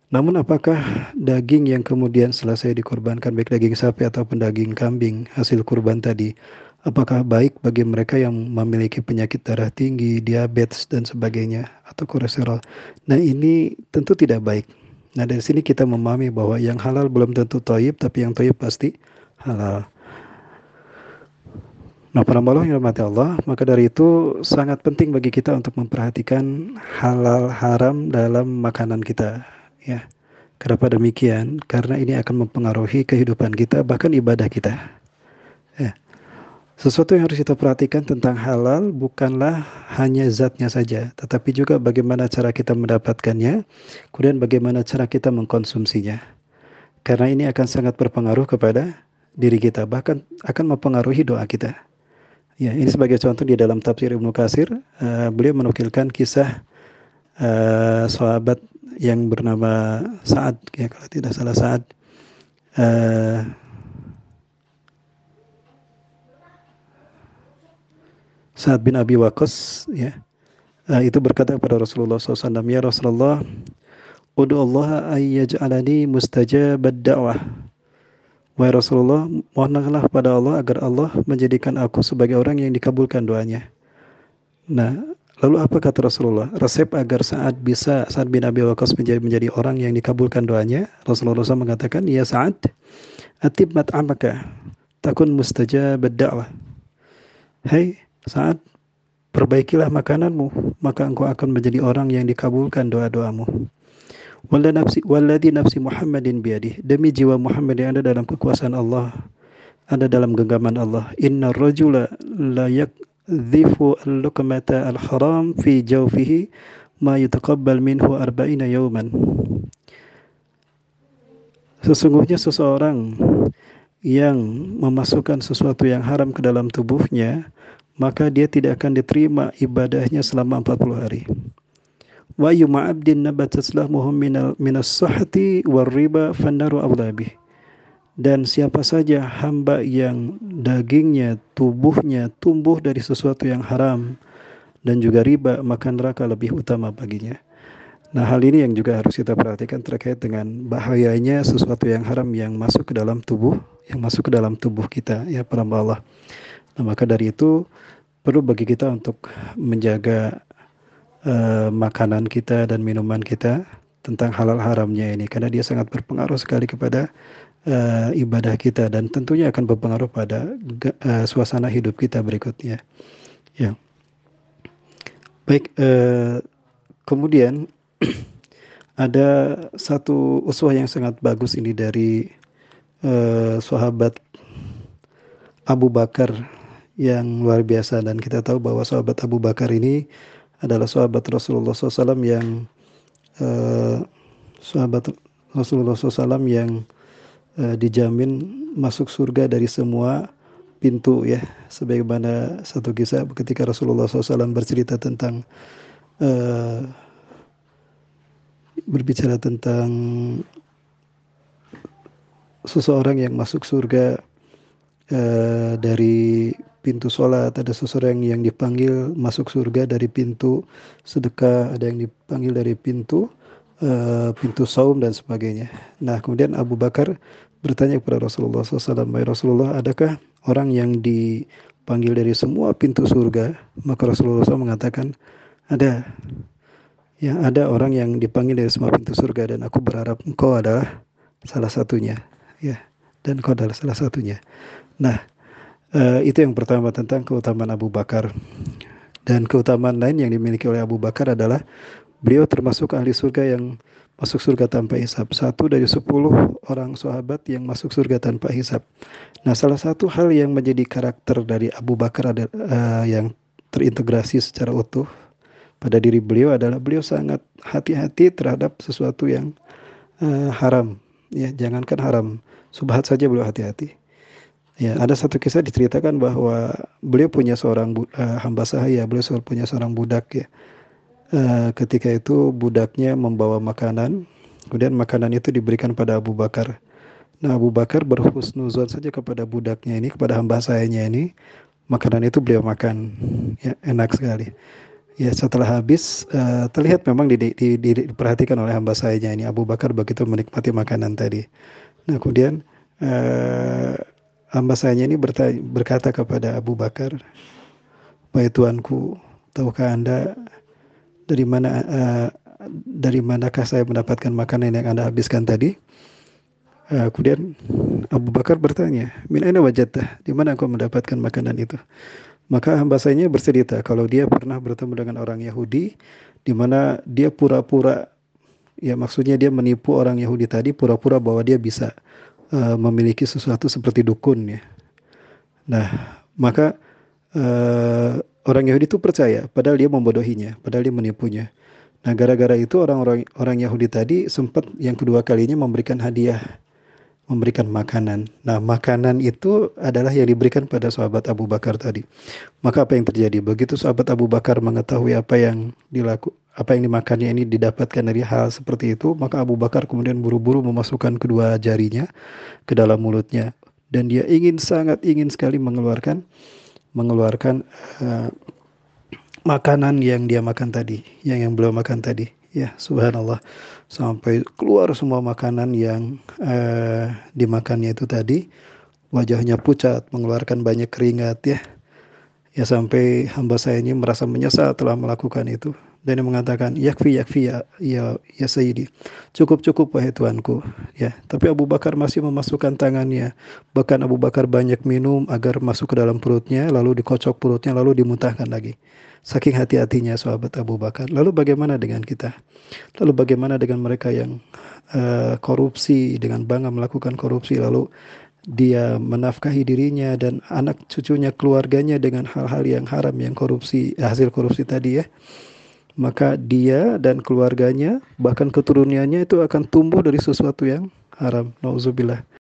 Namun apakah daging yang kemudian selesai dikorbankan, baik daging sapi ataupun daging kambing, hasil kurban tadi, apakah baik bagi mereka yang memiliki penyakit darah tinggi, diabetes dan sebagainya, atau kolesterol? Nah ini tentu tidak baik. Nah dari sini kita memahami bahwa yang halal belum tentu thayyib, tapi yang thayyib pasti halal. Nah, para Allah yang dirahmati Allah, maka dari itu sangat penting bagi kita untuk memperhatikan halal haram dalam makanan kita, ya. Kenapa demikian? Karena ini akan mempengaruhi kehidupan kita, bahkan ibadah kita. Ya. Sesuatu yang harus kita perhatikan tentang halal bukanlah hanya zatnya saja, tetapi juga bagaimana cara kita mendapatkannya, kemudian bagaimana cara kita mengkonsumsinya. Karena ini akan sangat berpengaruh kepada diri kita, bahkan akan mempengaruhi doa kita. Ya, ini sebagai contoh di dalam tafsir Ibnu Katsir, beliau menukilkan kisah sahabat yang bernama Sa'ad, ya kalau tidak salah Sa'ad. Uh, Sa'ad bin Abi Waqqas, ya, itu berkata kepada Rasulullah SAW, ya Rasulullah, Udu Allah ayyaj'alani mustajabad da'wah. Wahai Rasulullah, mohonlah pada Allah agar Allah menjadikan aku sebagai orang yang dikabulkan doanya. Nah, lalu apa kata Rasulullah? Resep agar Sa'ad bin Abi Waqqas menjadi orang yang dikabulkan doanya, Rasulullah SAW mengatakan, ya Sa'ad, atib mat'amaka, takun mustajabad da'wah. Hai Sa'ad, perbaikilah makananmu, maka engkau akan menjadi orang yang dikabulkan doa-doamu. Walladhi nafsi Muhammadin biyadih, demi jiwa Muhammad yang ada dalam kekuasaan Allah, ada dalam genggaman Allah. Inna rajula la yakdhifu al-luqmata al-haram fi jawfihi ma yutaqabbal minhu arba'ina yawman. Sesungguhnya seseorang yang memasukkan sesuatu yang haram ke dalam tubuhnya, maka dia tidak akan diterima ibadahnya selama 40 hari. Wa ayyuma 'abdin nabatat lahumu minas sahti war riba fannaru awlabih. Dan siapa saja hamba yang dagingnya, tubuhnya tumbuh dari sesuatu yang haram dan juga riba, maka neraka lebih utama baginya. Nah, hal ini yang juga harus kita perhatikan terkait dengan bahayanya sesuatu yang haram yang masuk ke dalam tubuh, kita, ya para Allah. Nah, maka dari itu perlu bagi kita untuk menjaga makanan kita dan minuman kita tentang halal haramnya ini, karena dia sangat berpengaruh sekali kepada ibadah kita dan tentunya akan berpengaruh pada suasana hidup kita berikutnya. Ya, baik. Kemudian ada satu uswah yang sangat bagus ini dari sahabat Abu Bakar yang luar biasa, dan kita tahu bahwa sahabat Abu Bakar ini adalah sahabat Rasulullah SAW yang sahabat Rasulullah SAW yang dijamin masuk surga dari semua pintu, ya, sebagaimana satu kisah ketika Rasulullah SAW berbicara tentang seseorang yang masuk surga dari pintu sholat, ada seseorang yang dipanggil masuk surga dari pintu sedekah, ada yang dipanggil dari pintu saum dan sebagainya. Nah, kemudian Abu Bakar bertanya kepada Rasulullah SAW, Rasulullah, adakah orang yang dipanggil dari semua pintu surga? Maka Rasulullah SAW mengatakan, ada. Ya, ada orang yang dipanggil dari semua pintu surga, dan aku berharap engkau adalah salah satunya. Ya, dan engkau adalah salah satunya. Nah, itu yang pertama tentang keutamaan Abu Bakar. Dan keutamaan lain yang dimiliki oleh Abu Bakar adalah beliau termasuk ahli surga yang masuk surga tanpa hisab. 1 dari 10 orang sahabat yang masuk surga tanpa hisab. Nah, salah satu hal yang menjadi karakter dari Abu Bakar yang terintegrasi secara utuh pada diri beliau adalah beliau sangat hati-hati terhadap sesuatu yang haram. Ya, jangankan haram, subhat saja beliau hati-hati. Ya, ada satu kisah diceritakan bahwa beliau punya seorang hamba sahaya, beliau punya seorang budak, ya. Ketika itu budaknya membawa makanan, kemudian makanan itu diberikan pada Abu Bakar. Nah, Abu Bakar berhusnuzon saja kepada budaknya ini, kepada hamba sahayanya ini, makanan itu beliau makan, ya, enak sekali. Ya setelah habis terlihat memang diperhatikan oleh hamba sayanya ini Abu Bakar begitu menikmati makanan tadi. Nah kemudian eh, hamba sayanya ini berkata kepada Abu Bakar, wahai tuanku, tahukah anda dari mana dari manakah saya mendapatkan makanan yang anda habiskan tadi? Kemudian Abu Bakar bertanya, min aina wajadtah? Di mana engkau mendapatkan makanan itu? Maka hamba sayanya bercerita kalau dia pernah bertemu dengan orang Yahudi, di mana dia pura-pura, ya maksudnya dia menipu orang Yahudi tadi, pura-pura bahwa dia bisa memiliki sesuatu seperti dukun ya. Nah, maka orang Yahudi itu percaya, padahal dia membodohinya, padahal dia menipunya. Nah, gara-gara itu orang Yahudi tadi sempat yang kedua kalinya memberikan hadiah, memberikan makanan. Nah, makanan itu adalah yang diberikan pada sahabat Abu Bakar tadi. Maka apa yang terjadi? Begitu sahabat Abu Bakar mengetahui apa yang dimakannya ini didapatkan dari hal seperti itu, maka Abu Bakar kemudian buru-buru memasukkan kedua jarinya ke dalam mulutnya dan dia sangat ingin sekali mengeluarkan mengeluarkan uh, makanan yang dia makan tadi, yang belum makan tadi. Ya, subhanallah. Sampai keluar semua makanan yang dimakannya itu tadi, wajahnya pucat, mengeluarkan banyak keringat ya. Ya sampai hamba saya ini merasa menyesal telah melakukan itu. Dan dia mengatakan, yakfi, yakfi ya Sayyidi. Cukup, cukup wahai tuanku. Ya, tapi Abu Bakar masih memasukkan tangannya. Bahkan Abu Bakar banyak minum agar masuk ke dalam perutnya, lalu dikocok perutnya, lalu dimuntahkan lagi. Saking hati-hatinya sahabat Abu Bakar. Lalu bagaimana dengan kita? Lalu bagaimana dengan mereka yang korupsi, dengan bangga melakukan korupsi, lalu dia menafkahi dirinya dan anak cucunya, keluarganya dengan hal-hal yang haram, yang korupsi, hasil korupsi tadi ya, maka dia dan keluarganya bahkan keturunannya itu akan tumbuh dari sesuatu yang haram. Nauzubillah.